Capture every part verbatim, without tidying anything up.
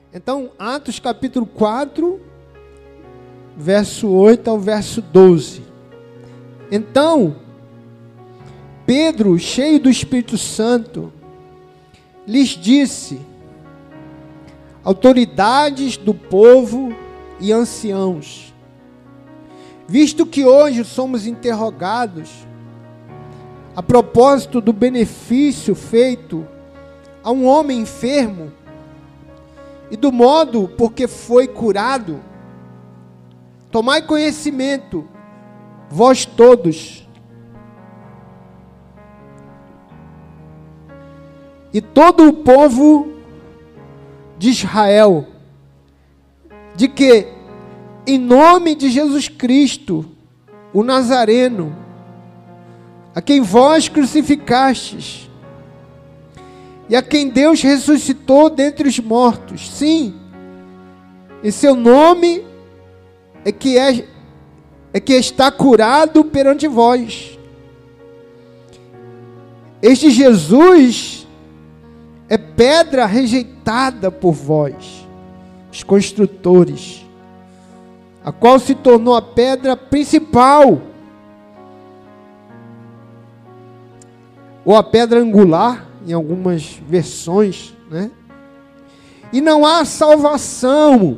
Então, Atos capítulo quatro, verso oito ao verso doze. Então, Pedro, cheio do Espírito Santo, lhes disse: autoridades do povo e anciãos, visto que hoje somos interrogados a propósito do benefício feito a um homem enfermo e do modo por que foi curado, tomai conhecimento, vós todos, e todo o povo de Israel, de que, em nome de Jesus Cristo, o Nazareno, a quem vós crucificastes, e a quem Deus ressuscitou dentre os mortos, sim, em seu nome é que, é, é que está curado perante vós. Este Jesus é pedra rejeitada por vós, os construtores, a qual se tornou a pedra principal, ou a pedra angular, em algumas versões, né? E não há salvação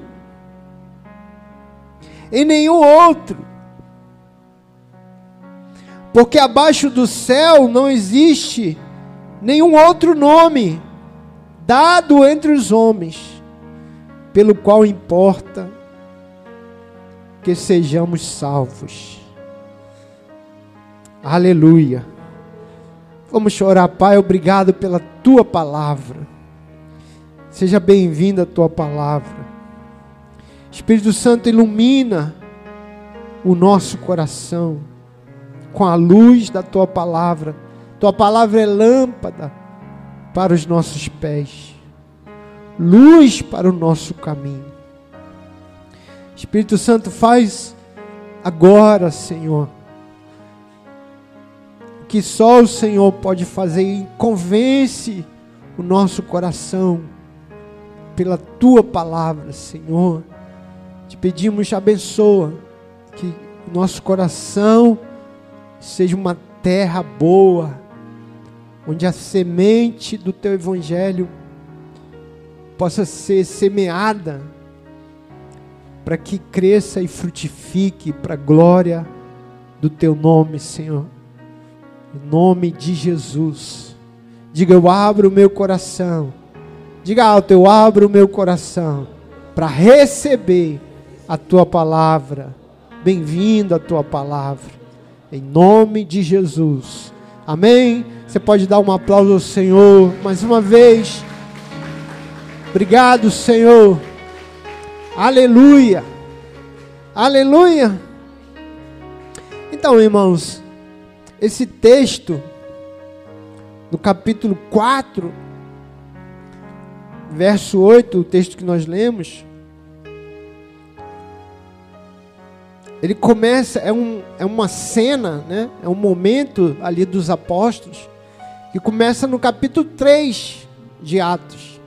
em nenhum outro, porque abaixo do céu não existe nenhum outro nome dado entre os homens, pelo qual importa que sejamos salvos. Aleluia. Vamos chorar. Pai, obrigado pela tua palavra. Seja bem-vinda a tua palavra. Espírito Santo, ilumina o nosso coração com a luz da tua palavra. Tua palavra é lâmpada para os nossos pés, luz para o nosso caminho. Espírito Santo, faz agora, Senhor, que só o Senhor pode fazer, e convence o nosso coração pela tua palavra, Senhor. Te pedimos, abençoa, que o nosso coração seja uma terra boa, onde a semente do teu evangelho possa ser semeada, para que cresça e frutifique para a glória do teu nome, Senhor. Em nome de Jesus. Diga: eu abro o meu coração. Diga alto: eu abro o meu coração para receber a tua palavra. Bem-vindo a tua palavra. Em nome de Jesus. Amém? Você pode dar um aplauso ao Senhor mais uma vez. Obrigado, Senhor. Aleluia. Aleluia. Então, irmãos, esse texto, no capítulo quatro, verso oito, o texto que nós lemos, ele começa, é, um, é uma cena, né? É um momento ali dos apóstolos, que começa no capítulo três de Atos.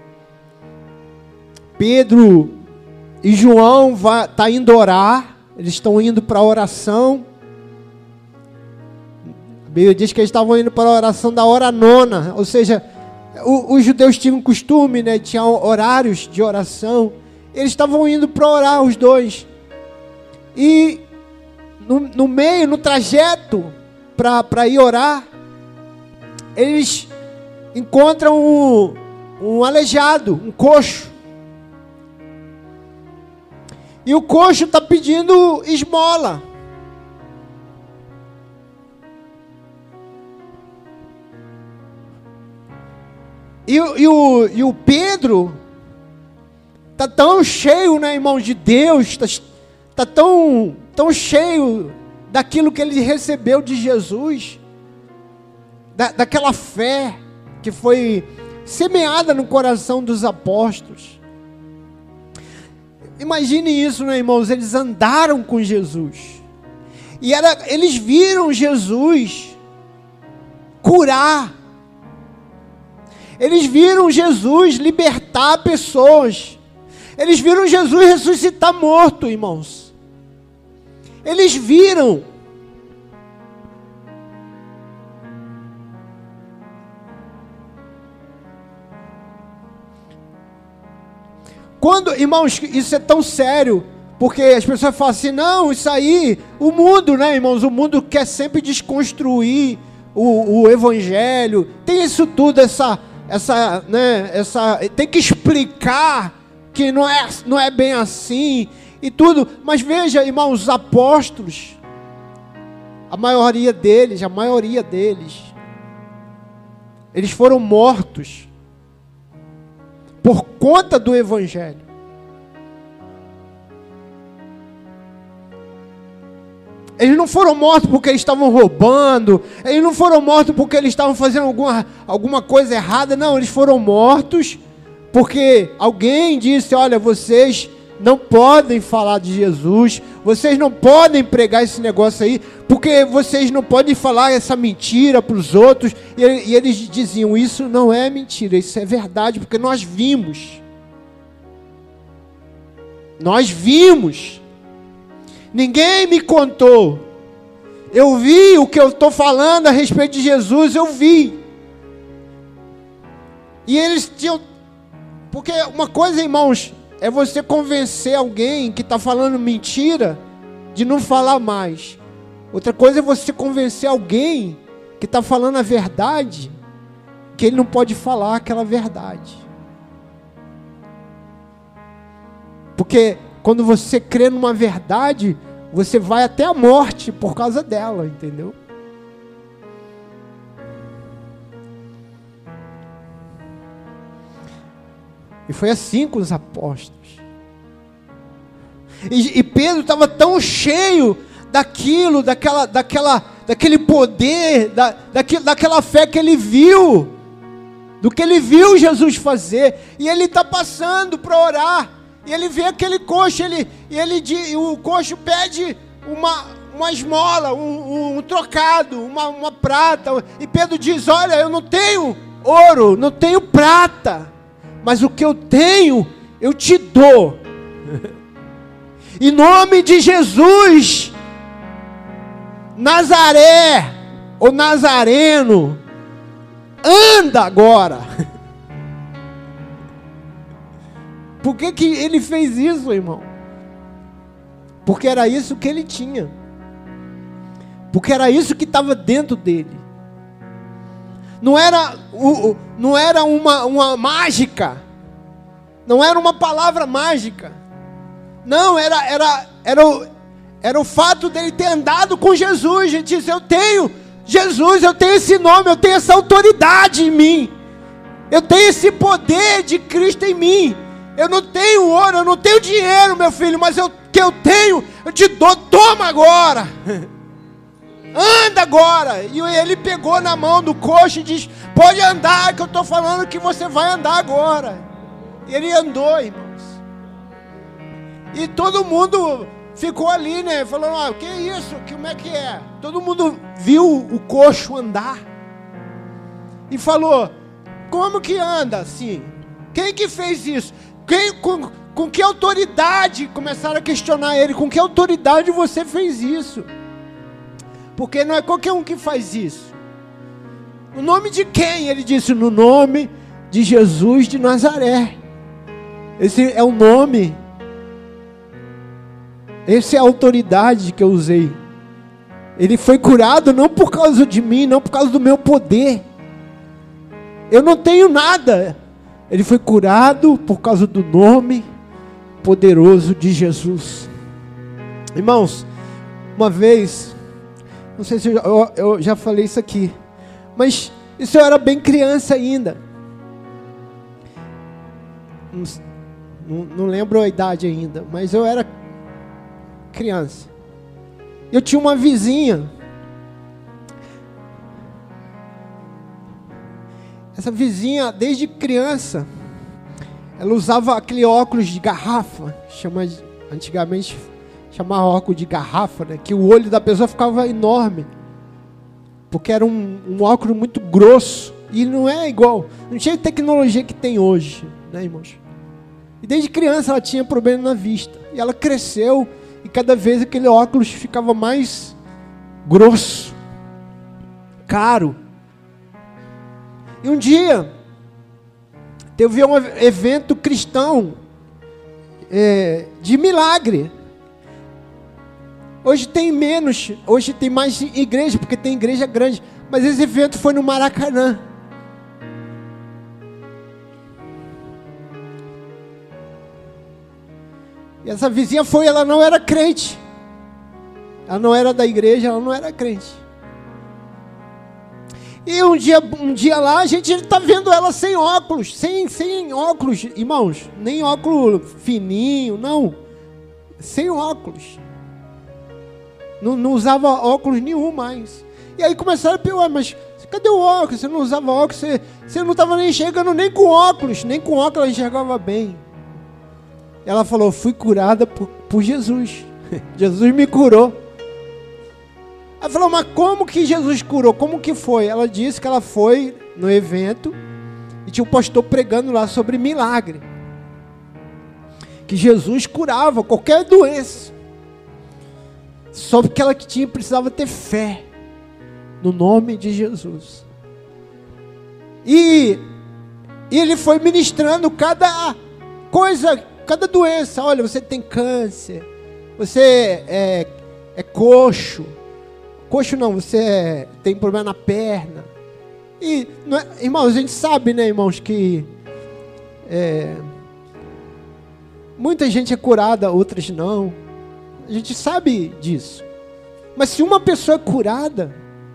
Pedro e João estão tá indo orar, eles estão indo para a oração. A Bíblia diz que eles estavam indo para a oração da hora nona, ou seja, o, os judeus tinham costume, né, tinham horários de oração, eles estavam indo para orar os dois, e no, no meio, no trajeto para ir orar, eles encontram um, um aleijado, um coxo, e o coxo está pedindo esmola. E, e, o, e o Pedro está tão cheio, né, irmão, de Deus, está tá tão, tão cheio daquilo que ele recebeu de Jesus, da, daquela fé que foi semeada no coração dos apóstolos. Imagine isso, né, irmãos? Eles andaram com Jesus, e era, eles viram Jesus curar, Eles viram Jesus libertar pessoas. Eles viram Jesus ressuscitar morto, irmãos. Eles viram. Quando, irmãos, isso é tão sério, porque as pessoas falam assim, não, isso aí, o mundo, né, irmãos, o mundo quer sempre desconstruir o, o evangelho, tem isso tudo, essa, essa, né, essa, tem que explicar que não é, não é bem assim, e tudo, mas veja, irmãos, os apóstolos, a maioria deles, a maioria deles, eles foram mortos, por conta do evangelho. Eles não foram mortos porque eles estavam roubando, eles não foram mortos porque eles estavam fazendo alguma, alguma coisa errada, não, eles foram mortos porque alguém disse, olha, vocês não podem falar de Jesus, vocês não podem pregar esse negócio aí, porque vocês não podem falar essa mentira para os outros, e, e eles diziam, isso não é mentira, isso é verdade, porque nós vimos, nós vimos, ninguém me contou, eu vi o que eu estou falando a respeito de Jesus, eu vi, e eles tinham, porque uma coisa, irmãos, é você convencer alguém que está falando mentira de não falar mais. Outra coisa é você convencer alguém que está falando a verdade, que ele não pode falar aquela verdade. Porque quando você crê numa verdade, você vai até a morte por causa dela, entendeu? E foi assim com os apóstolos. E, e Pedro estava tão cheio daquilo, daquela, daquela, daquele poder, da, daquilo, daquela fé que ele viu, do que ele viu Jesus fazer. E ele está passando para orar. E ele vê aquele coxo, ele, e ele, o coxo pede uma, uma esmola, um, um, um trocado, uma, uma prata. E Pedro diz, olha, eu não tenho ouro, não tenho prata, mas o que eu tenho, eu te dou. Em nome de Jesus, Nazaré, ou Nazareno, anda agora. Por que que ele fez isso, irmão? Porque era isso que ele tinha. Porque era isso que estava dentro dele. Não era, não era uma, uma mágica. Não era uma palavra mágica. Não, era, era, era, o, era o fato dele ter andado com Jesus. Ele disse, eu tenho Jesus, eu tenho esse nome, eu tenho essa autoridade em mim. Eu tenho esse poder de Cristo em mim. Eu não tenho ouro, eu não tenho dinheiro, meu filho, mas o que eu tenho, eu te dou, toma agora. Anda agora. E ele pegou na mão do coxo e disse, pode andar, que eu estou falando que você vai andar agora. E ele andou, irmãos. E todo mundo ficou ali, né, falando, ah, que isso, como é que é? Todo mundo viu o coxo andar. E falou, como que anda assim? Quem que fez isso? Quem, com, com que autoridade? Começaram a questionar ele, com que autoridade você fez isso? Porque não é qualquer um que faz isso. No nome de quem? Ele disse, no nome de Jesus de Nazaré. Esse é o nome. Essa é a autoridade que eu usei. Ele foi curado não por causa de mim, não por causa do meu poder. Eu não tenho nada. Ele foi curado por causa do nome poderoso de Jesus. Irmãos, uma vez, não sei se eu, eu, eu já falei isso aqui, mas isso eu era bem criança ainda. Não, não, não lembro a idade ainda, mas eu era criança. Eu tinha uma vizinha. Essa vizinha, desde criança, ela usava aquele óculos de garrafa, chama, antigamente chamava óculos de garrafa, né? Que o olho da pessoa ficava enorme, porque era um, um óculos muito grosso, E não é igual, não tinha tecnologia que tem hoje, né, irmãos? E desde criança ela tinha problema na vista. E ela cresceu e cada vez aquele óculos ficava mais grosso, caro. E um dia teve um evento cristão é, de milagre. Hoje tem menos, hoje tem mais igreja, porque tem igreja grande. Mas esse evento foi no Maracanã. E essa vizinha foi, ela não era crente. Ela não era da igreja, ela não era crente. E um dia, um dia lá, a gente está vendo ela sem óculos, sem, sem óculos, irmãos, nem óculos fininho, não. Sem óculos. Não, não usava óculos nenhum mais. E aí começaram a perguntar, mas cadê o óculos? Você não usava óculos, você, você não estava nem enxergando nem com óculos, nem com óculos ela enxergava bem. Ela falou, fui curada por, por Jesus. Jesus me curou. Ela falou, mas como que Jesus curou? Como que foi? Ela disse que ela foi no evento e tinha um pastor pregando lá sobre milagre. Que Jesus curava qualquer doença. Só porque ela que tinha, precisava ter fé no nome de Jesus. E, e ele foi ministrando cada coisa, cada doença. Olha, você tem câncer, você é, é coxo. Coxo não, você é, tem problema na perna. E, não é, irmãos, a gente sabe, né, irmãos, que é, muita gente é curada, outras não. A gente sabe disso. Mas se uma pessoa é curada,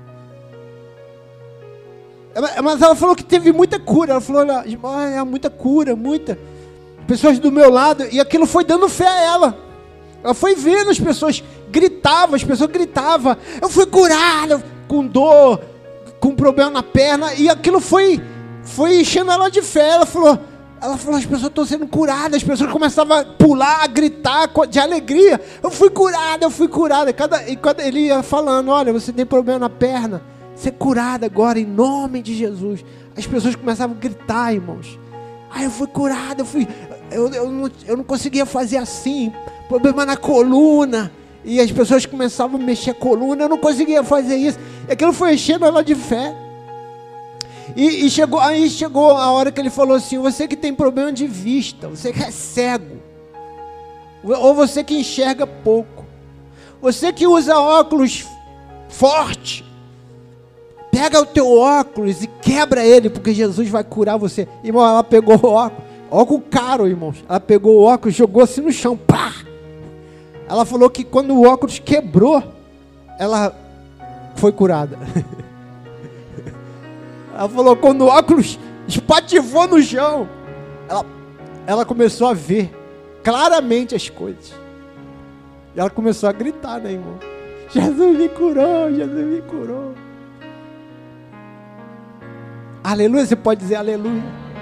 mas ela falou que teve muita cura. Ela falou, ah, muita cura, muita. Pessoas do meu lado, e aquilo foi dando fé a ela. Ela foi vendo as pessoas gritavam, as pessoas gritavam, eu fui curada, com dor, com problema na perna, e aquilo foi, foi enchendo ela de fé. Ela falou, ela falou, as pessoas estão sendo curadas, as pessoas começavam a pular, a gritar de alegria, eu fui curada, eu fui curada. Cada, e cada, ele ia falando, olha, você tem problema na perna, ser curada agora, em nome de Jesus. As pessoas começavam a gritar, irmãos, ah, eu fui curada, eu fui, eu, eu, não, eu não conseguia fazer assim, problema na coluna, e as pessoas começavam a mexer a coluna, eu não conseguia fazer isso, e aquilo foi enchendo ela de fé. E, e chegou, aí chegou a hora que ele falou assim, você que tem problema de vista, você que é cego, ou você que enxerga pouco, você que usa óculos forte, pega o teu óculos e quebra ele, porque Jesus vai curar você. Irmão, ela pegou o óculos, óculos caro, irmãos, ela pegou o óculos, jogou assim no chão, pá! Ela falou que quando o óculos quebrou, ela foi curada. Ela falou, quando o óculos espatifou no chão, ela, ela começou a ver claramente as coisas. E ela começou a gritar, né, irmão? Jesus me curou, Jesus me curou. Aleluia, você pode dizer aleluia.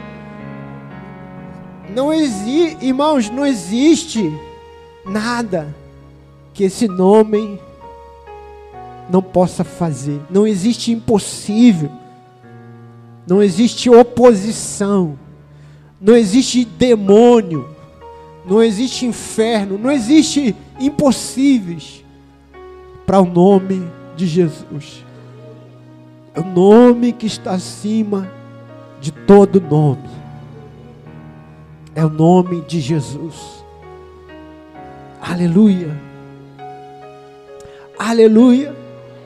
Não existe, irmãos, não existe nada que esse nome não possa fazer. Não existe impossível. Não existe oposição. Não existe demônio. Não existe inferno. Não existe impossíveis para o nome de Jesus. É o nome que está acima de todo nome. É o nome de Jesus. Aleluia. Aleluia.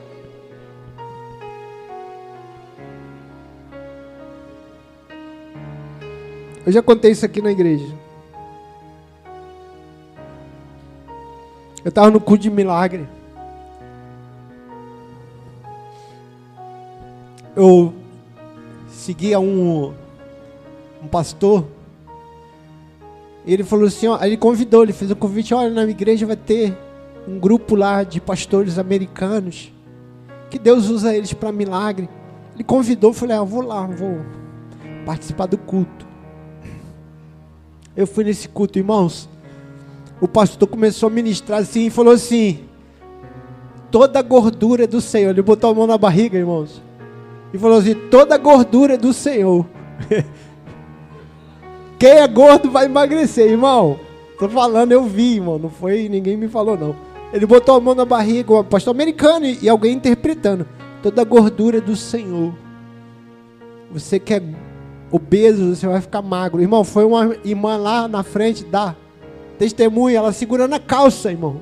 Eu já contei isso aqui na igreja. Eu estava no culto de milagre. Eu seguia um, um pastor. Ele falou assim, ó, ele convidou, ele fez um convite, olha, na minha igreja vai ter um grupo lá de pastores americanos, que Deus usa eles para milagre. Ele convidou, eu falei, ah, eu vou lá, vou participar do culto. Eu fui nesse culto, irmãos. O pastor começou a ministrar assim, e falou assim, toda a gordura do Senhor, ele botou a mão na barriga, irmãos. e falou assim: toda a gordura é do Senhor. Quem é gordo vai emagrecer, irmão. Tô falando, eu vi, irmão. Não foi, ninguém me falou, não. Ele botou a mão na barriga, o pastor americano, e alguém interpretando: toda a gordura é do Senhor. Você que é obeso, você vai ficar magro. Irmão, foi uma irmã lá na frente da testemunha, ela segurando a calça, irmão.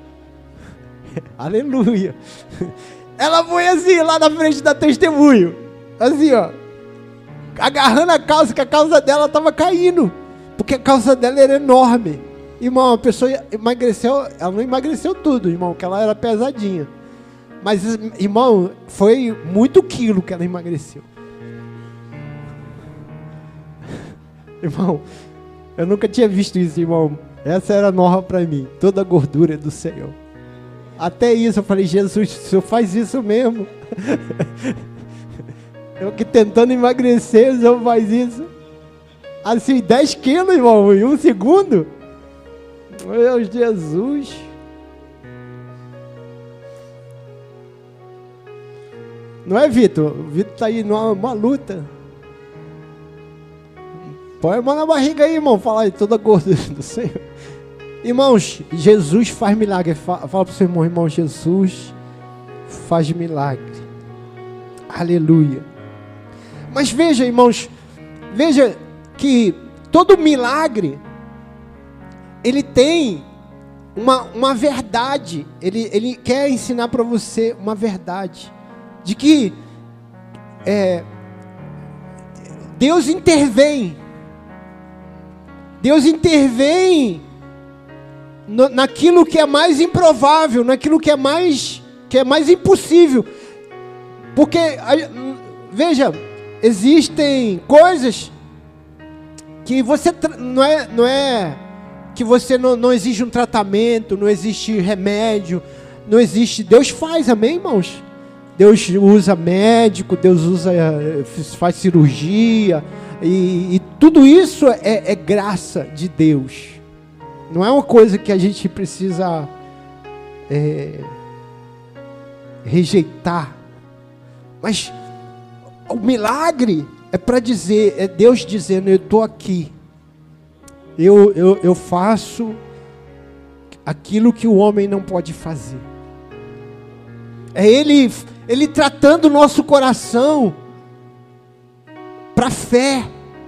Aleluia. Ela foi assim, lá na frente da testemunho. Assim, ó. Agarrando a calça, que a calça dela estava caindo. Porque a calça dela era enorme. Irmão, a pessoa emagreceu, ela não emagreceu tudo, irmão, que ela era pesadinha. Mas, irmão, foi muito quilo que ela emagreceu. Irmão, eu nunca tinha visto isso, irmão. Essa era nova para mim. Toda a gordura é do Senhor. Até isso eu falei: Jesus, o Senhor faz isso mesmo? Eu que tentando emagrecer, o Senhor faz isso? Assim, dez quilos, irmão, em um segundo? Meu Jesus. Não é, Vitor? O Vitor está aí numa uma luta. Põe a mão na barriga aí, irmão. Fala aí, toda a gordura do Senhor. Irmãos, Jesus faz milagre. Fala, fala para o seu irmão: irmão, Jesus faz milagre. Aleluia. Mas veja, irmãos, veja que todo milagre, ele tem uma, uma verdade. Ele, ele quer ensinar para você uma verdade. De que é, Deus intervém. Deus intervém no, naquilo que é mais improvável, naquilo que é mais, que é mais impossível. Porque, veja, existem coisas que você não é, não é que você não, não existe um tratamento, não existe remédio, não existe. Deus faz, amém, irmãos? Deus usa médico, Deus usa, faz cirurgia, e, e tudo isso é, é graça de Deus. Não é uma coisa que a gente precisa é, rejeitar. Mas o milagre é para dizer, é Deus dizendo: eu estou aqui. Eu, eu, eu faço aquilo que o homem não pode fazer. É Ele, Ele tratando o nosso coração para fé,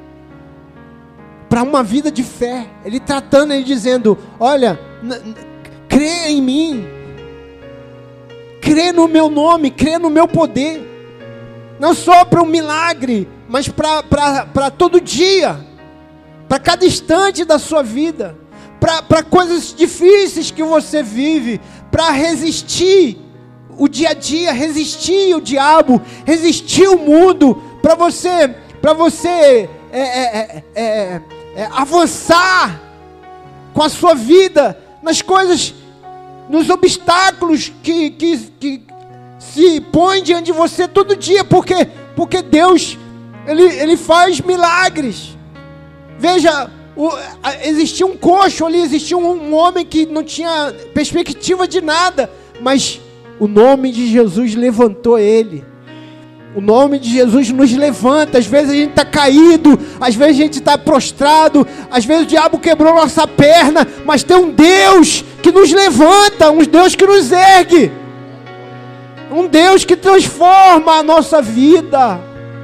para uma vida de fé. Ele tratando, Ele dizendo: olha, crê em mim, crê no meu nome, crê no meu poder. Não só para um milagre, mas para todo dia, para cada instante da sua vida, para coisas difíceis que você vive, para resistir o dia a dia, resistir o diabo, resistir o mundo, para você, para você é, é, é, é, é, avançar com a sua vida nas coisas, nos obstáculos que, que, que se põem diante de você todo dia, porque, porque Deus, ele, ele faz milagres. Veja, o, a, existia um coxo ali, existia um, um homem que não tinha perspectiva de nada, mas o nome de Jesus levantou ele. O nome de Jesus nos levanta. Às vezes a gente está caído, às vezes a gente está prostrado, às vezes o diabo quebrou nossa perna, mas tem um Deus que nos levanta, um Deus que nos ergue, um Deus que transforma a nossa vida.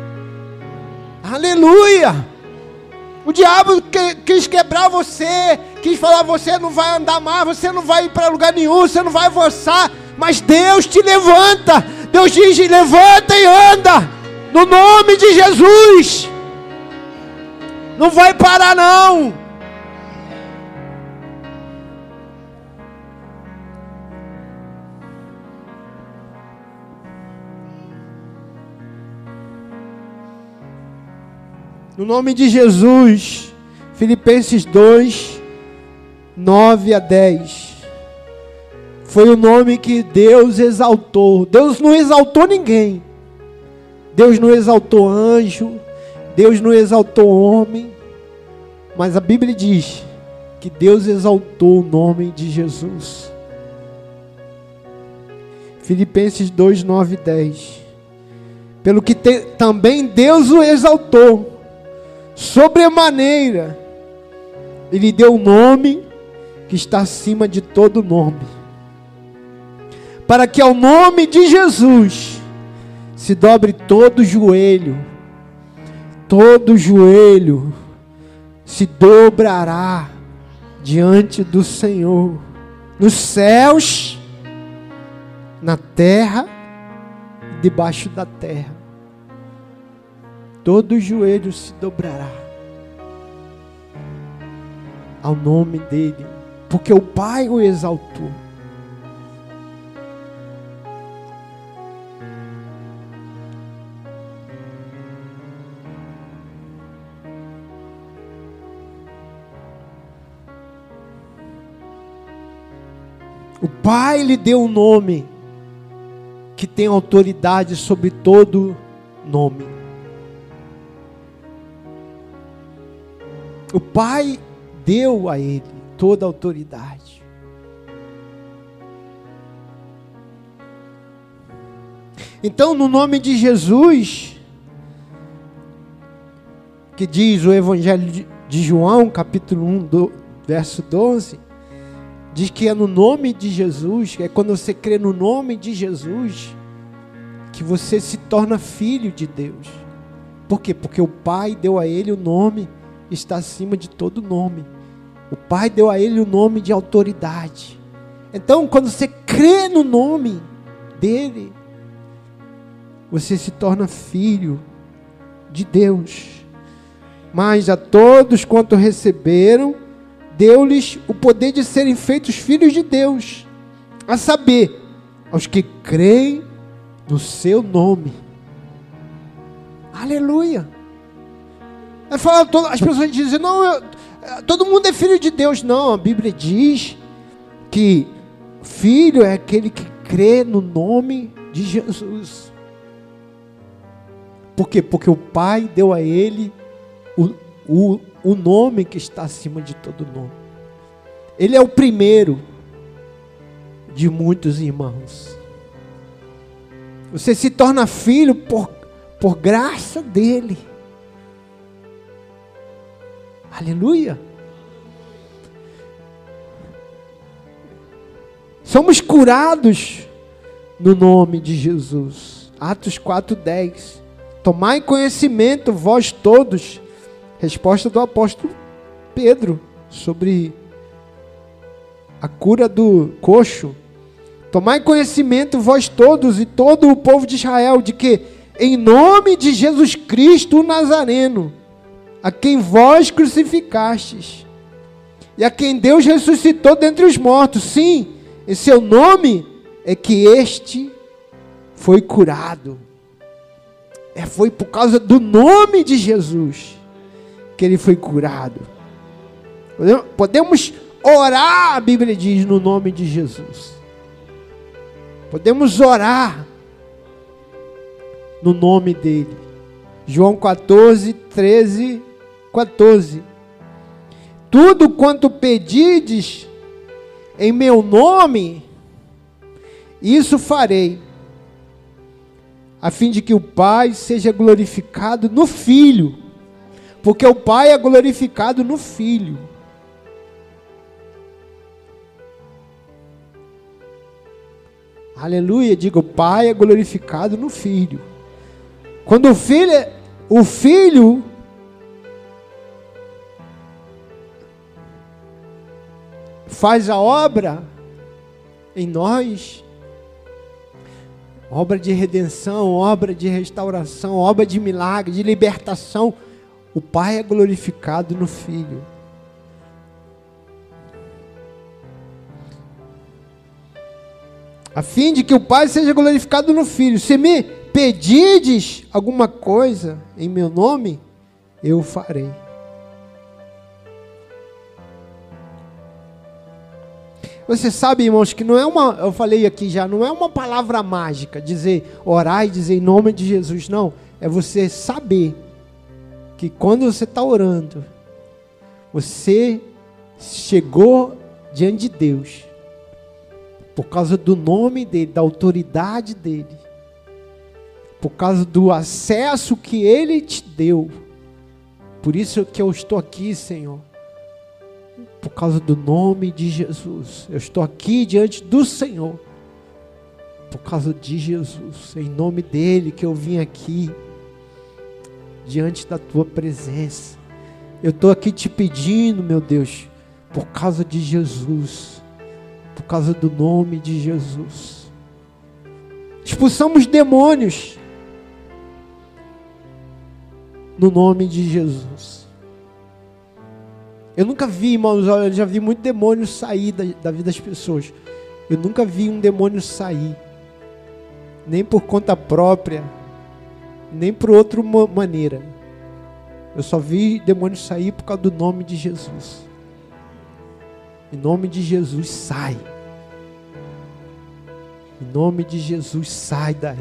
Aleluia. O diabo que, quis quebrar você, quis falar: você não vai andar mais, você não vai ir para lugar nenhum, você não vai avançar. Mas Deus te levanta. Deus diz: levanta e anda, no nome de Jesus. Não vai parar não. No nome de Jesus. Filipenses dois, nove a dez. Foi o nome que Deus exaltou. Deus não exaltou ninguém. Deus não exaltou anjo. Deus não exaltou homem. Mas a Bíblia diz que Deus exaltou o nome de Jesus. Filipenses dois, nove e dez. pelo que te, também Deus o exaltou sobremaneira, e lhe deu o nome que está acima de todo nome, para que ao nome de Jesus se dobre todo joelho, todo joelho se dobrará diante do Senhor, nos céus, na terra, debaixo da terra. Todo joelho se dobrará ao nome dele, porque o Pai o exaltou. O Pai lhe deu um nome que tem autoridade sobre todo nome. O Pai deu a ele toda a autoridade. Então, no nome de Jesus, que diz o Evangelho de João, capítulo um, do, verso doze, diz que é no nome de Jesus, é quando você crê no nome de Jesus, que você se torna filho de Deus. Por quê? Porque o Pai deu a ele o nome, está acima de todo nome. O Pai deu a ele o nome de autoridade. Então, quando você crê no nome dele, você se torna filho de Deus. Mas a todos quanto receberam, deu-lhes o poder de serem feitos filhos de Deus, a saber, aos que creem no seu nome. Aleluia. Aí fala, as pessoas dizem, não, eu, todo mundo é filho de Deus. Não, a Bíblia diz que filho é aquele que crê no nome de Jesus. Por quê? Porque o Pai deu a ele o, o, o nome que está acima de todo nome. Ele é o primeiro de muitos irmãos. Você se torna filho por, por graça dele. Aleluia. Somos curados no nome de Jesus. Atos quatro, dez. Tomai conhecimento, vós todos. Resposta do apóstolo Pedro sobre a cura do coxo. Tomai conhecimento, vós todos e todo o povo de Israel, de que em nome de Jesus Cristo o Nazareno, a quem vós crucificastes, e a quem Deus ressuscitou dentre os mortos, sim, em seu nome é que este foi curado. É, foi por causa do nome de Jesus que ele foi curado. Podemos orar, a Bíblia diz, no nome de Jesus. Podemos orar no nome dele. João quatorze, treze, quatorze. Tudo quanto pedides em meu nome, isso farei, a fim de que o Pai seja glorificado no Filho, porque o Pai é glorificado no Filho. Aleluia, diga, o Pai é glorificado no Filho. Quando o Filho, o Filho faz a obra em nós, obra de redenção, obra de restauração, obra de milagre, de libertação, o Pai é glorificado no Filho. A fim de que o Pai seja glorificado no Filho. Se me pedides alguma coisa em meu nome, eu farei. Você sabe, irmãos, que não é uma, eu falei aqui já, não é uma palavra mágica, dizer, orar e dizer em nome de Jesus, não. É você saber que quando você está orando, você chegou diante de Deus, por causa do nome dele, da autoridade dele. por causa do acesso que Ele te deu. Por isso que eu estou aqui, Senhor, por causa do nome de Jesus. Eu estou aqui diante do Senhor, por causa de Jesus, em nome dEle que eu vim aqui, diante da Tua presença. Eu estou aqui te pedindo, meu Deus, por causa de Jesus, por causa do nome de Jesus. Expulsamos demônios no nome de Jesus. Eu nunca vi, irmãos, olha, eu já vi muito demônio sair da, da vida das pessoas. Eu nunca vi um demônio sair, nem por conta própria, nem por outra maneira. Eu só vi demônio sair por causa do nome de Jesus. Em nome de Jesus, sai. Em nome de Jesus, sai daí.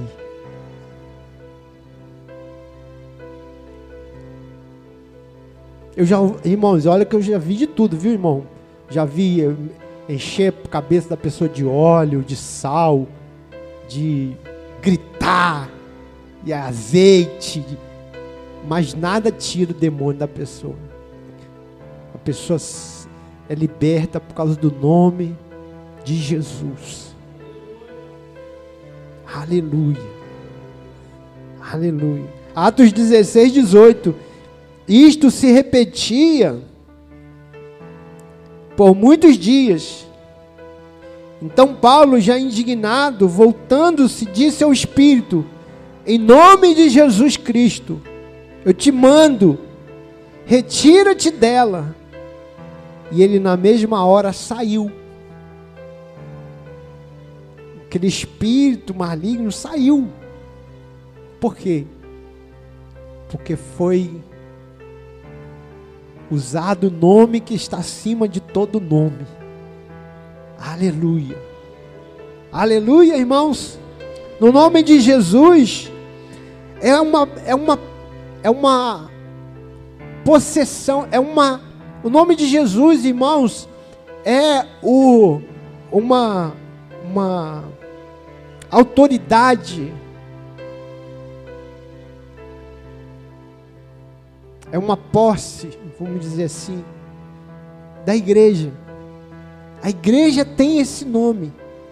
Eu já, irmãos, olha que eu já vi de tudo, viu, irmão? Já vi encher a cabeça da pessoa de óleo, de sal, de gritar, e azeite, mas nada tira o demônio da pessoa. A pessoa é liberta por causa do nome de Jesus. Aleluia. Aleluia. Atos dezesseis, dezoito. Isto se repetia por muitos dias. Então Paulo, já indignado, voltando-se, disse ao Espírito: em nome de Jesus Cristo, eu te mando, retira-te dela. E ele na mesma hora saiu. Aquele espírito maligno saiu. Por quê? Porque foi usado o nome que está acima de todo nome. Aleluia. Aleluia, irmãos. No nome de Jesus, é uma, é uma, é uma possessão, é uma, o nome de Jesus, irmãos, é o, uma, uma autoridade, é uma posse, vamos dizer assim, da igreja. A igreja tem esse nome.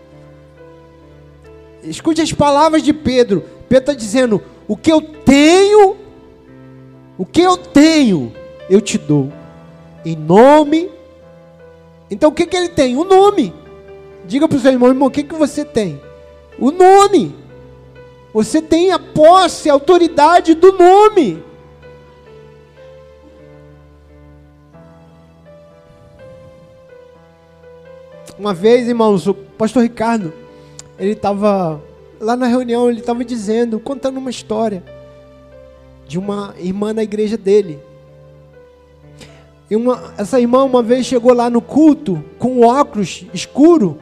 Escute as palavras de Pedro. Pedro está dizendo: o que eu tenho, o que eu tenho, eu te dou. Em nome. Então o que, que ele tem? O nome. Diga para o seu irmão: irmão, o que, que você tem? O nome. Você tem a posse, a autoridade do nome. Uma vez, irmãos, o pastor Ricardo, ele estava lá na reunião, ele estava dizendo, contando uma história de uma irmã na igreja dele. E uma, essa irmã uma vez chegou lá no culto com um óculos escuro,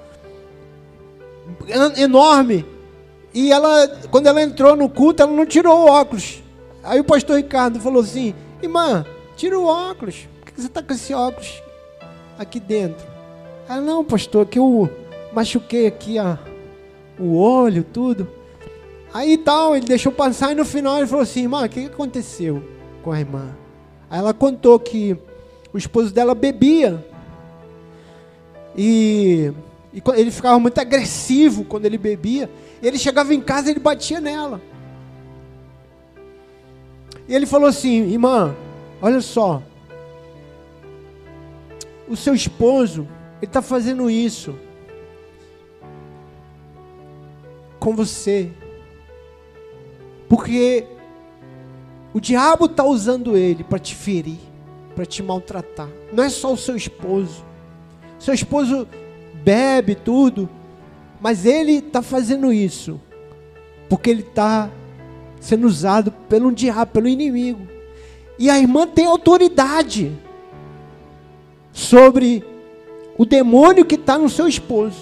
enorme, e ela, quando ela entrou no culto, ela não tirou o óculos. Aí o pastor Ricardo falou assim: irmã, tira o óculos, por que você está com esse óculos aqui dentro? Ah, não, pastor, que eu machuquei aqui a, o olho, tudo. Aí tal, ele deixou passar e no final ele falou assim: irmã, o que aconteceu com a irmã? Aí ela contou que o esposo dela bebia. E, e ele ficava muito agressivo quando ele bebia. Ele chegava em casa e ele batia nela. E ele falou assim: irmã, olha só, o seu esposo, ele está fazendo isso com você, porque o diabo está usando ele para te ferir, para te maltratar. Não é só o seu esposo. Seu esposo bebe tudo, mas ele está fazendo isso porque ele está sendo usado pelo diabo, pelo inimigo. E a irmã tem autoridade sobre o demônio que está no seu esposo.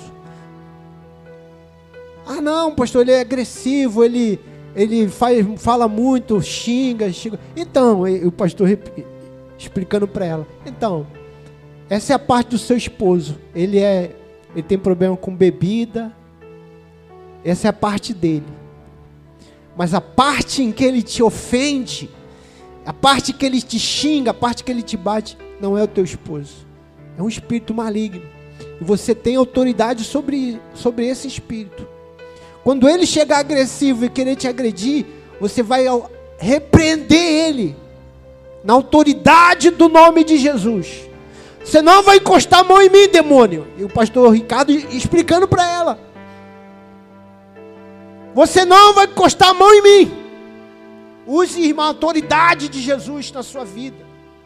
Ah não, pastor, ele é agressivo, ele, ele faz, fala muito, xinga, xinga. Então, o pastor explicando para ela: então, essa é a parte do seu esposo. Ele, é, ele tem problema com bebida. Essa é a parte dele. Mas a parte em que ele te ofende, a parte que ele te xinga, a parte que ele te bate, não é o teu esposo. É um espírito maligno. E você tem autoridade sobre, sobre esse espírito. Quando ele chegar agressivo e querer te agredir, você vai repreender ele na autoridade do nome de Jesus. Você não vai encostar a mão em mim, demônio. E o pastor Ricardo explicando para ela. Você não vai encostar a mão em mim. Use, irmã, a autoridade de Jesus na sua vida.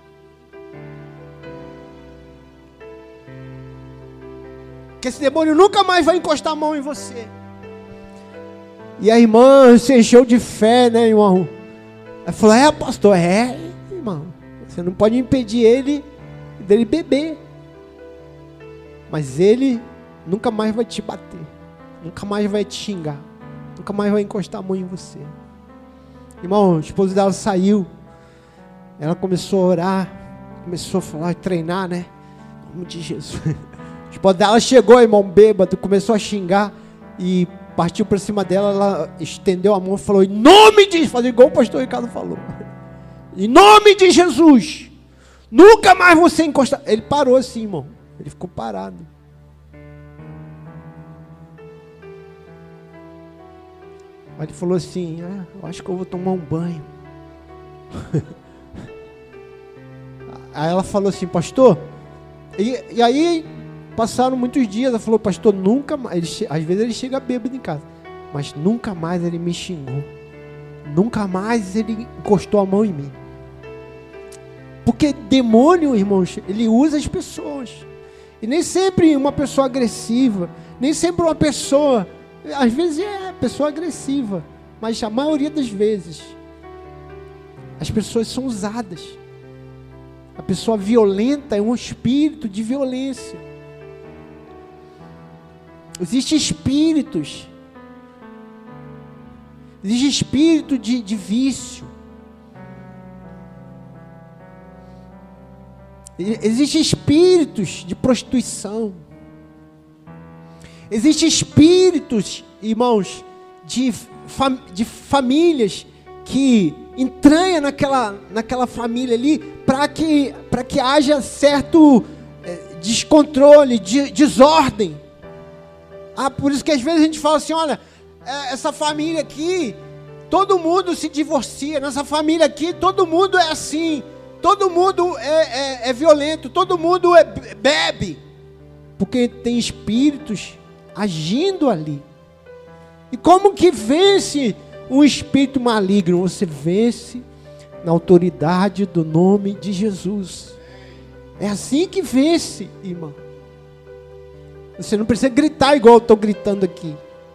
Que esse demônio nunca mais vai encostar a mão em você. E a irmã se encheu de fé, né, irmão? Ela falou, é, pastor, é, irmão. Você não pode impedir ele dele beber. Mas ele nunca mais vai te bater. Nunca mais vai te xingar. Nunca mais vai encostar a mão em você. Irmão, o esposo dela saiu. Ela começou a orar. Começou a falar, treinar, né? Em nome de Jesus. O esposo dela chegou, irmão, bêbado. Começou a xingar. E partiu para cima dela. Ela estendeu a mão e falou, em nome de... Falei igual o pastor Ricardo falou. Em nome de Jesus. Nunca mais você encostar. Ele parou assim, irmão. Ele ficou parado. Aí ele falou assim, ah, eu acho que eu vou tomar um banho. Aí ela falou assim, pastor, e, e aí passaram muitos dias, ela falou, pastor, nunca mais, ele, às vezes ele chega bêbado em casa, mas nunca mais ele me xingou, nunca mais ele encostou a mão em mim. Porque demônio, irmãos, ele usa as pessoas, e nem sempre uma pessoa agressiva, nem sempre uma pessoa, às vezes é pessoa agressiva, mas a maioria das vezes as pessoas são usadas. A pessoa violenta é um espírito de violência. Existem espíritos, existe espírito de, de vício, existem espíritos de prostituição, existem espíritos, irmãos, de, fam, de famílias que entranha naquela, naquela família ali para que, para que haja certo é, descontrole, de, desordem. Ah, por isso que às vezes a gente fala assim, olha, é, essa família aqui, todo mundo se divorcia, nessa família aqui todo mundo é assim, todo mundo é, é, é violento, todo mundo é, bebe, porque tem espíritos agindo ali. E como que vence um espírito maligno? Você vence na autoridade do nome de Jesus. É assim que vence, irmão. Você não precisa gritar igual eu estou gritando aqui.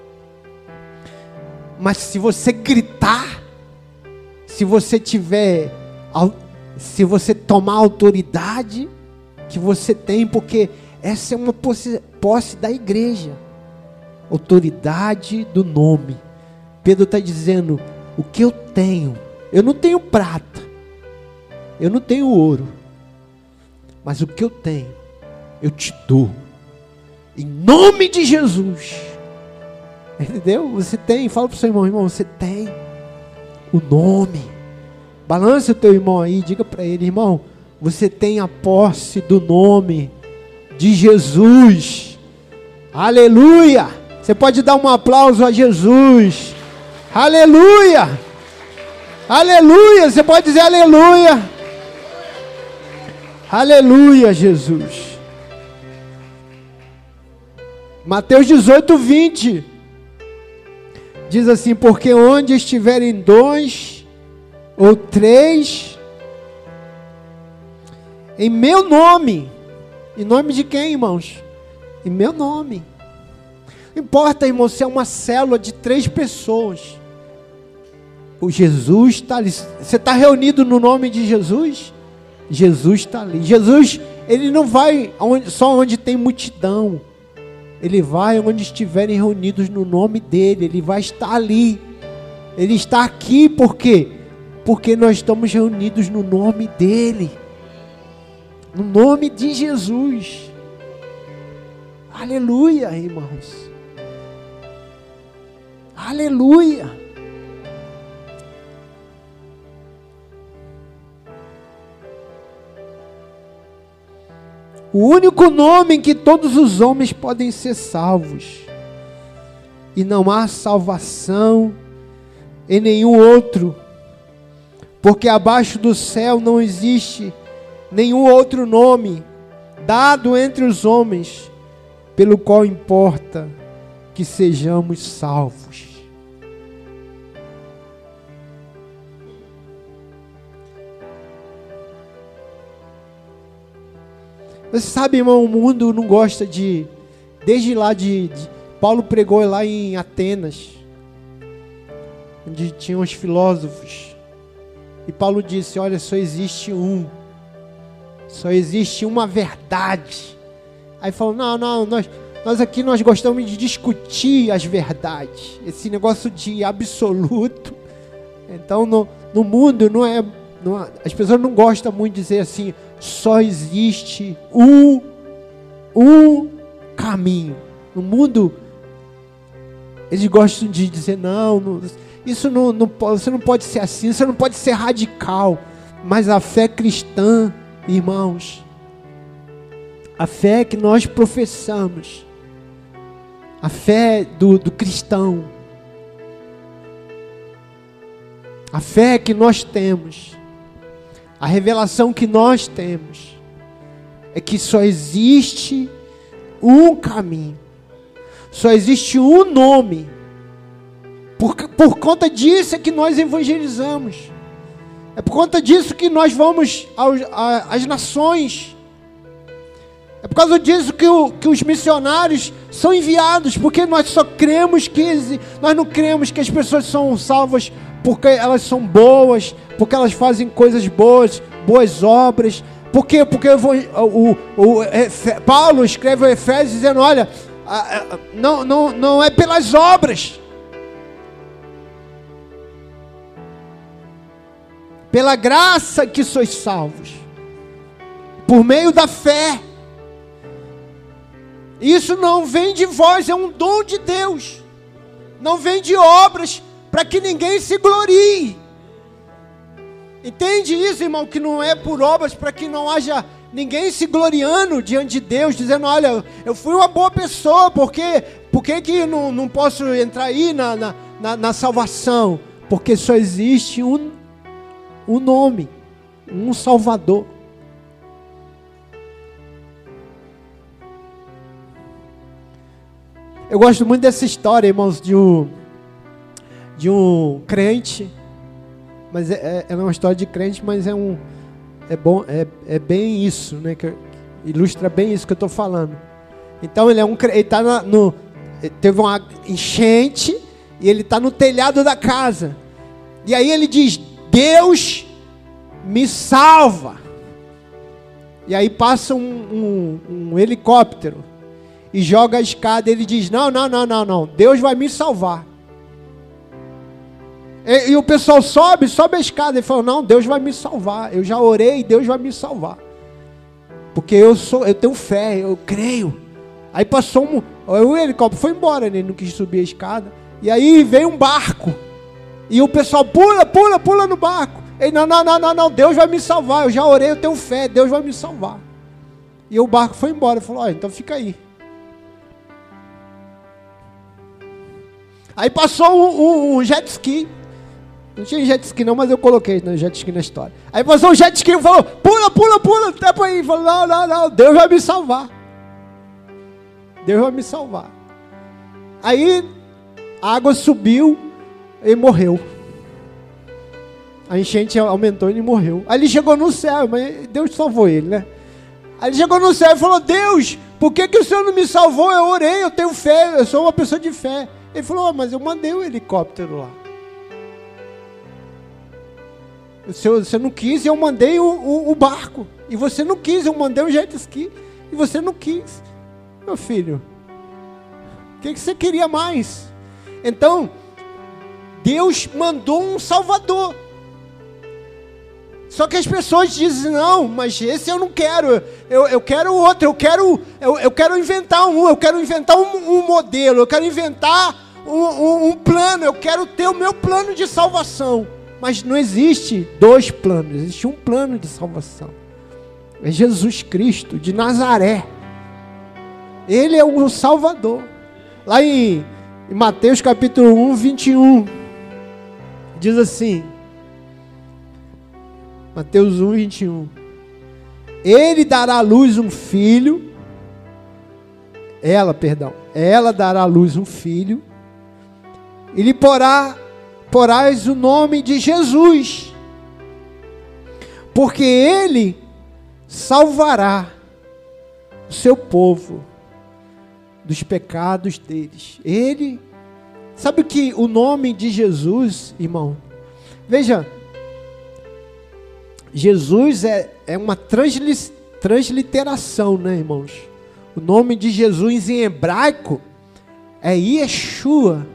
Mas se você gritar, se você tiver, se você tomar a autoridade que você tem, porque essa é uma posse, posse da igreja. Autoridade do nome. Pedro está dizendo, o que eu tenho, eu não tenho prata, eu não tenho ouro, mas o que eu tenho, eu te dou, em nome de Jesus. Entendeu? Você tem, fala para o seu irmão, irmão, você tem o nome. Balance o teu irmão aí, diga para ele, irmão, você tem a posse do nome de Jesus. Aleluia! Você pode dar um aplauso a Jesus. Aleluia! Aleluia! Você pode dizer aleluia! Aleluia, Jesus. Mateus dezoito, vinte diz assim, porque onde estiverem dois ou três em meu nome, em nome de quem, irmãos? Em meu nome. Não importa, irmão, se é uma célula de três pessoas. O Jesus está ali. Você está reunido no nome de Jesus? Jesus está ali. Jesus, ele não vai onde, só onde tem multidão. Ele vai onde estiverem reunidos no nome dele. Ele vai estar ali. Ele está aqui por quê? Porque nós estamos reunidos no nome dele. No nome de Jesus. Aleluia, irmãos. Aleluia. O único nome em que todos os homens podem ser salvos. E não há salvação em nenhum outro, porque abaixo do céu não existe nenhum outro nome dado entre os homens, pelo qual importa que sejamos salvos. Você sabe, irmão, o mundo não gosta de, desde lá de, de Paulo pregou lá em Atenas, onde tinham os filósofos, e Paulo disse, olha, só existe um, só existe uma verdade. Aí falou, não, não, nós, nós aqui nós gostamos de discutir as verdades, esse negócio de absoluto. Então no, no mundo não é, não, as pessoas não gostam muito de dizer assim, só existe um, um caminho. No mundo eles gostam de dizer, não, não isso não, não, você não pode ser assim, você não pode ser radical. Mas a fé cristã, irmãos, a fé que nós professamos, a fé do, do cristão, a fé que nós temos, a revelação que nós temos, é que só existe um caminho, só existe um nome. Por, por conta disso é que nós evangelizamos. É por conta disso que nós vamos aos, a, às nações. É por causa disso que, o, que os missionários são enviados. Porque nós só cremos que... Nós não cremos que as pessoas são salvas porque elas são boas, porque elas fazem coisas boas, boas obras. Por quê? Porque o, o, o, Paulo escreve o Efésios dizendo, olha, não, não, não é pelas obras, pela graça que sois salvos, por meio da fé. Isso não vem de vós, é um dom de Deus. Não vem de obras, para que ninguém se glorie. Entende isso, irmão? Que não é por obras, para que não haja ninguém se gloriando diante de Deus, dizendo, olha, eu fui uma boa pessoa, por que, por que, que não, não posso entrar aí na, na, na, na salvação? Porque só existe um um nome, um Salvador. Eu gosto muito dessa história, irmãos, de um, de um crente, mas é, é uma história de crente, mas é um, é bom, é, é bem isso, né, que ilustra bem isso que eu estou falando. Então ele é um, ele tá na, no, teve uma enchente e ele está no telhado da casa. E aí ele diz, Deus me salva. E aí passa um, um, um helicóptero e joga a escada. Ele diz, não, não, não, não, não, Deus vai me salvar. E, e o pessoal sobe, sobe a escada. Ele falou, não, Deus vai me salvar. Eu já orei, Deus vai me salvar. Porque eu, sou, eu tenho fé, eu creio. Aí passou um, o helicóptero foi embora, né? Ele não quis subir a escada. E aí veio um barco. E o pessoal pula, pula, pula no barco. Ele, não, não, não, não, não, Deus vai me salvar. Eu já orei, eu tenho fé, Deus vai me salvar. E o barco foi embora. Ele falou, olha, então fica aí. Aí passou um, um, um jet ski. Não tinha jet ski não, mas eu coloquei no jet ski na história. Aí passou um jet ski e falou, pula, pula, pula, tempo aí. Falou, não, não, não, Deus vai me salvar. Deus vai me salvar. Aí a água subiu e morreu. A enchente aumentou e ele morreu. Aí ele chegou no céu, mas Deus salvou ele, né? Aí ele chegou no céu e falou, Deus, por que, que o Senhor não me salvou? Eu orei, eu tenho fé, eu sou uma pessoa de fé. Ele falou, oh, mas eu mandei o helicóptero lá. O senhor, você não quis e eu mandei o, o, o barco. E você não quis, eu mandei o jet ski. E você não quis. Meu filho, o que, que você queria mais? Então, Deus mandou um Salvador. Só que as pessoas dizem, não, mas esse eu não quero, eu, eu quero outro, eu quero, eu, eu quero inventar um, eu quero inventar um, um modelo, eu quero inventar um, um, um plano, eu quero ter o meu plano de salvação. Mas não existe dois planos, existe um plano de salvação. É Jesus Cristo de Nazaré. Ele é o Salvador. Lá em, em Mateus capítulo um, vinte e um, diz assim, Mateus um, vinte e um, ele dará à luz um filho, ela, perdão, ela dará à luz um filho, e lhe porá, porás o nome de Jesus, porque ele salvará o seu povo dos pecados deles. Ele, sabe o que o nome de Jesus, irmão? Veja, Jesus é, é uma transli, transliteração, né, irmãos? O nome de Jesus em hebraico é Yeshua.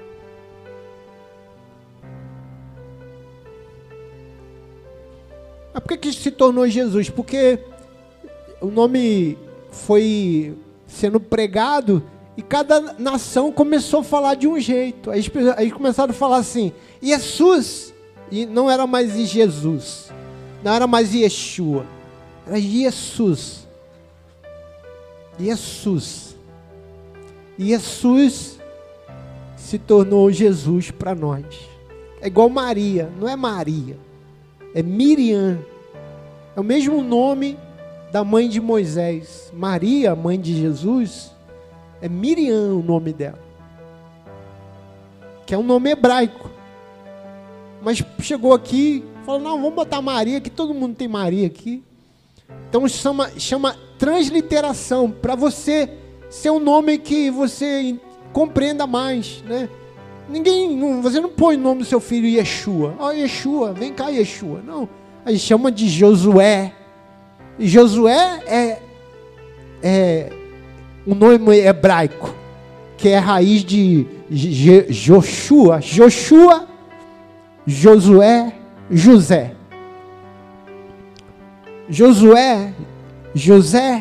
Mas por que que se tornou Jesus? Porque o nome foi sendo pregado e cada nação começou a falar de um jeito. Aí, aí começaram a falar assim, Jesus, e não era mais Jesus, não era mais Yeshua, era Jesus. Jesus. Jesus se tornou Jesus para nós. É igual Maria, não é Maria, é Miriam. É o mesmo nome da mãe de Moisés. Maria, mãe de Jesus, é Miriam o nome dela, que é um nome hebraico. Mas chegou aqui, falou, não, vamos botar Maria, que todo mundo tem Maria aqui. Então chama, chama transliteração, para você ser um nome que você compreenda mais, né? Ninguém, não, você não põe o nome do seu filho Yeshua. Ó, oh, Yeshua, vem cá Yeshua. Não, a gente chama de Josué. E Josué é, é um nome hebraico, que é a raiz de Je, Joshua, Joshua, Josué, José. Josué, José,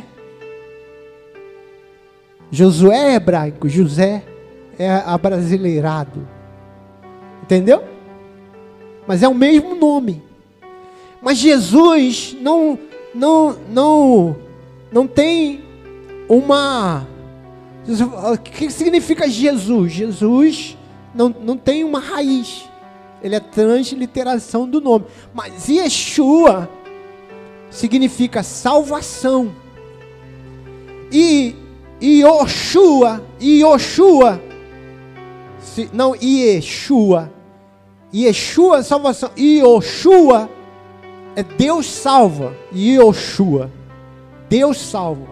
Josué é hebraico, José é abrasileirado. Entendeu? Mas é o mesmo nome. Mas Jesus não, não, não, não tem uma... O que significa Jesus? Jesus não, não tem uma raiz. Ele é transliteração do nome. Mas Yeshua significa salvação. E Yoshua, Yoshua, não, Yeshua, Yeshua, salvação, Yoshua é Deus salva, Yoshua, Deus salva,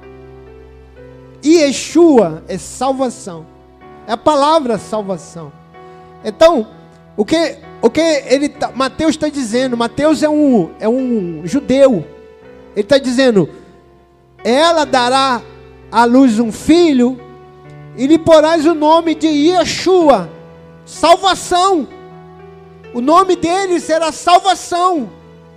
Yeshua é salvação, é a palavra salvação. Então, o que, o que ele tá, Mateus está dizendo, Mateus é um, é um judeu, ele está dizendo, ela dará à luz um filho, e lhe porás o nome de Yeshua, salvação. O nome dele será salvação,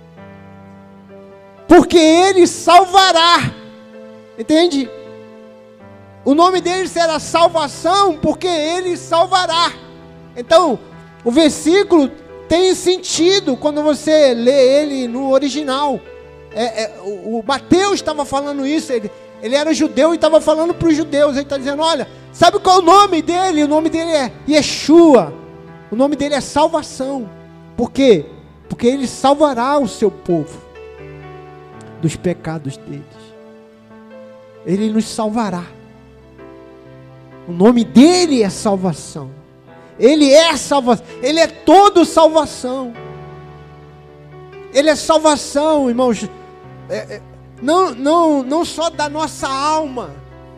porque ele salvará, entende? O nome dele será salvação, porque ele salvará. Então, o versículo tem sentido quando você lê ele no original. É, é, o, o Mateus estava falando isso, ele, ele era judeu e estava falando para os judeus. Ele está dizendo, olha, sabe qual é o nome dele? O nome dele é Yeshua. O nome dele é salvação. Por quê? Porque ele salvará o seu povo dos pecados deles. Ele nos salvará. O nome dele é salvação. Ele é salvação. Ele é todo salvação. Ele é salvação, irmãos. É, é, não, não, não só da nossa alma,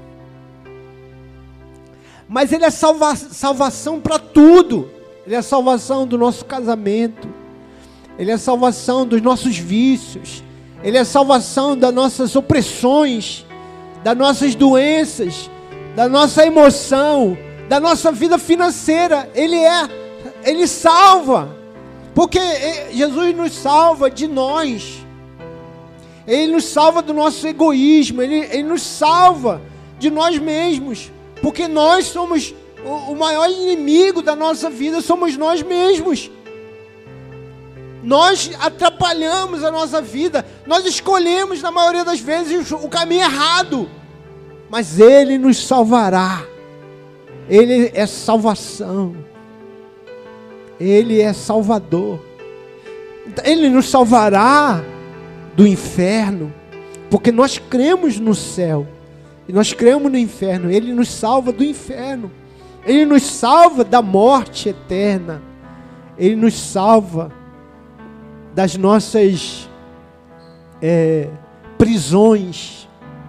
mas ele é salva, salvação para tudo. Ele é salvação do nosso casamento. Ele é salvação dos nossos vícios. Ele é salvação das nossas opressões, das nossas doenças, da nossa emoção, da nossa vida financeira. Ele é, ele salva, porque Jesus nos salva de nós. Ele nos salva do nosso egoísmo. Ele, ele nos salva de nós mesmos, porque nós somos o, o maior inimigo da nossa vida, somos nós mesmos. Nós atrapalhamos a nossa vida, nós escolhemos na maioria das vezes o caminho errado, mas Ele nos salvará. Ele é salvação, Ele é Salvador. Ele nos salvará do inferno, porque nós cremos no céu e nós cremos no inferno. Ele nos salva do inferno, Ele nos salva da morte eterna, Ele nos salva das nossas é, prisões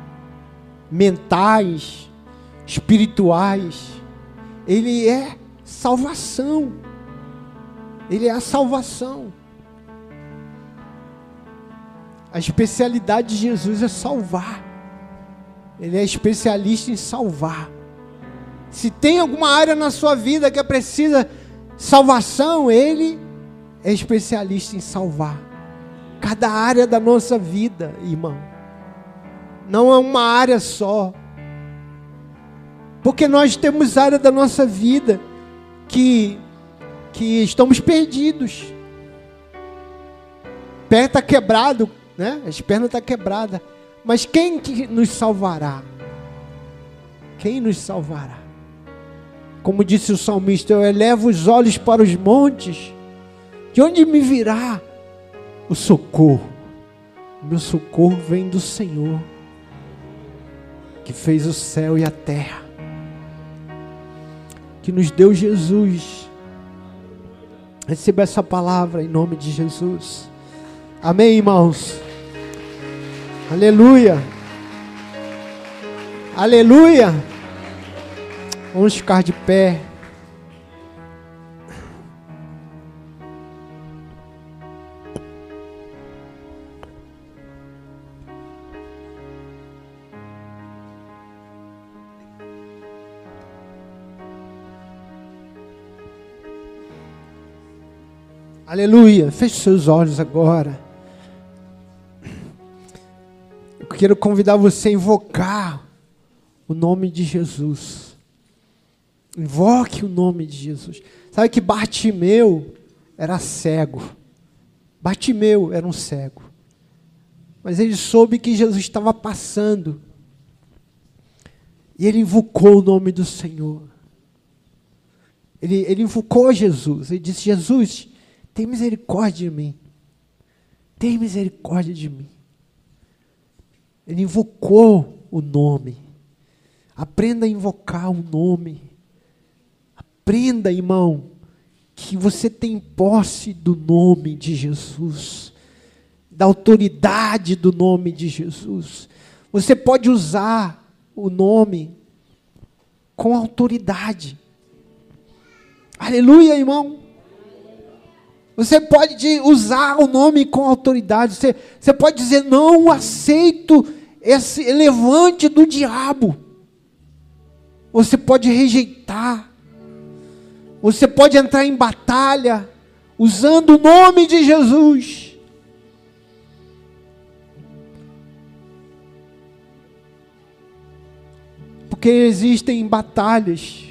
mentais, espirituais. Ele é salvação, Ele é a salvação. A especialidade de Jesus é salvar. Ele é especialista em salvar. Se tem alguma área na sua vida que precisa salvação, Ele é especialista em salvar. Cada área da nossa vida, irmão. Não é uma área só. Porque nós temos área da nossa vida que, que estamos perdidos. O pé está quebrado, né? As pernas estão quebradas. Mas quem que nos salvará? Quem nos salvará? Como disse o salmista, eu elevo os olhos para os montes. De onde me virá o socorro? O meu socorro vem do Senhor, que fez o céu e a terra, que nos deu Jesus. Receba essa palavra em nome de Jesus. Amém, irmãos? Aleluia. Aleluia. Vamos ficar de pé. Aleluia. Feche seus olhos agora. Eu quero convidar você a invocar o nome de Jesus. Invoque o nome de Jesus. Sabe que Bartimeu era cego. Bartimeu era um cego. Mas ele soube que Jesus estava passando. E ele invocou o nome do Senhor. Ele, ele invocou Jesus. Ele disse: Jesus, tem misericórdia de mim. Tem misericórdia de mim. Ele invocou o nome. Aprenda a invocar o nome. Aprenda, irmão, que você tem posse do nome de Jesus, da autoridade do nome de Jesus. Você pode usar o nome com autoridade. Aleluia, irmão. Você pode usar o nome com autoridade. Você, você pode dizer: não aceito esse levante do diabo. Você pode rejeitar. Você pode entrar em batalha usando o nome de Jesus. Porque existem batalhas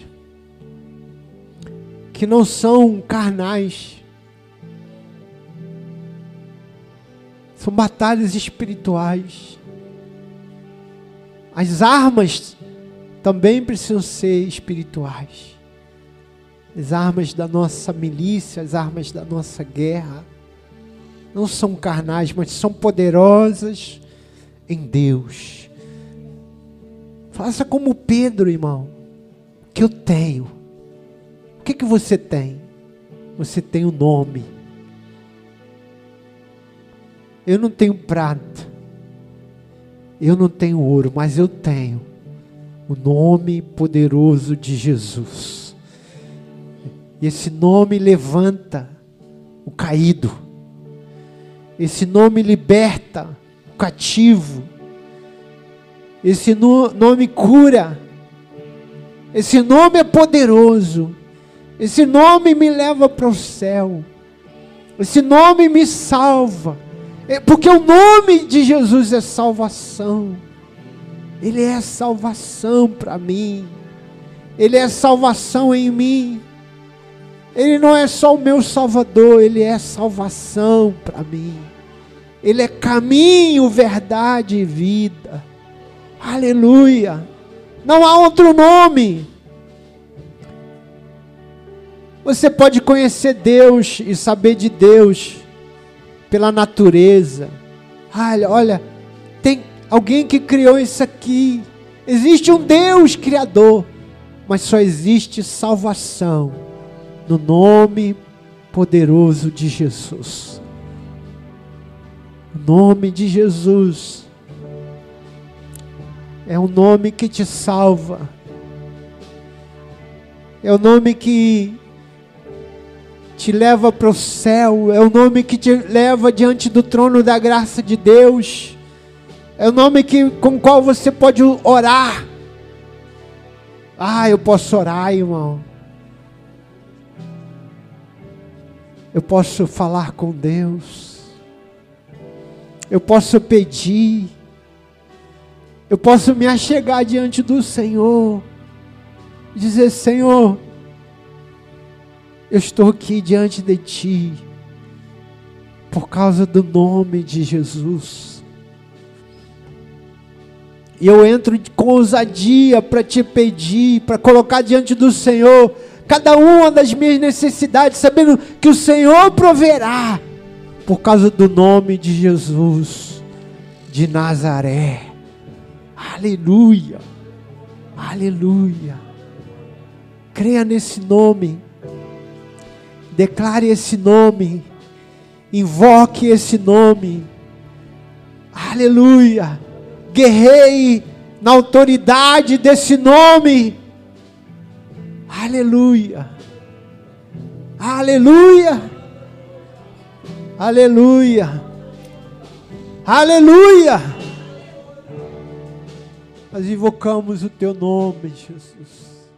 que não são carnais. São batalhas espirituais. As armas também precisam ser espirituais. As armas da nossa milícia, as armas da nossa guerra, não são carnais, mas são poderosas em Deus. Faça como Pedro, irmão. O que eu tenho? O que que você tem? Você tem o nome. Eu não tenho prata, eu não tenho ouro, mas eu tenho o nome poderoso de Jesus. E esse nome levanta o caído. Esse nome liberta o cativo. Esse no, nome cura. Esse nome é poderoso. Esse nome me leva para o céu. Esse nome me salva. É porque o nome de Jesus é salvação. Ele é salvação para mim. Ele é salvação em mim. Ele não é só o meu Salvador, Ele é salvação para mim. Ele é caminho, verdade e vida. Aleluia. Não há outro nome. Você pode conhecer Deus e saber de Deus pela natureza. Olha, olha, tem alguém que criou isso aqui. Existe um Deus criador, mas só existe salvação no nome poderoso de Jesus. O nome de Jesus é o nome que te salva. É o nome que te leva para o céu. É o nome que te leva diante do trono da graça de Deus. É o nome que, com o qual você pode orar. Ah, eu posso orar, irmão. Eu posso falar com Deus. Eu posso pedir. Eu posso me achegar diante do Senhor. E dizer: Senhor, eu estou aqui diante de Ti. Por causa do nome de Jesus. E eu entro com ousadia para te pedir, para colocar diante do Senhor cada uma das minhas necessidades, sabendo que o Senhor proverá, por causa do nome de Jesus de Nazaré. Aleluia, aleluia. Creia nesse nome, declare esse nome, invoque esse nome. Aleluia. Guerreie na autoridade desse nome. Aleluia. Aleluia. Aleluia. Aleluia. Nós invocamos o Teu nome, Jesus.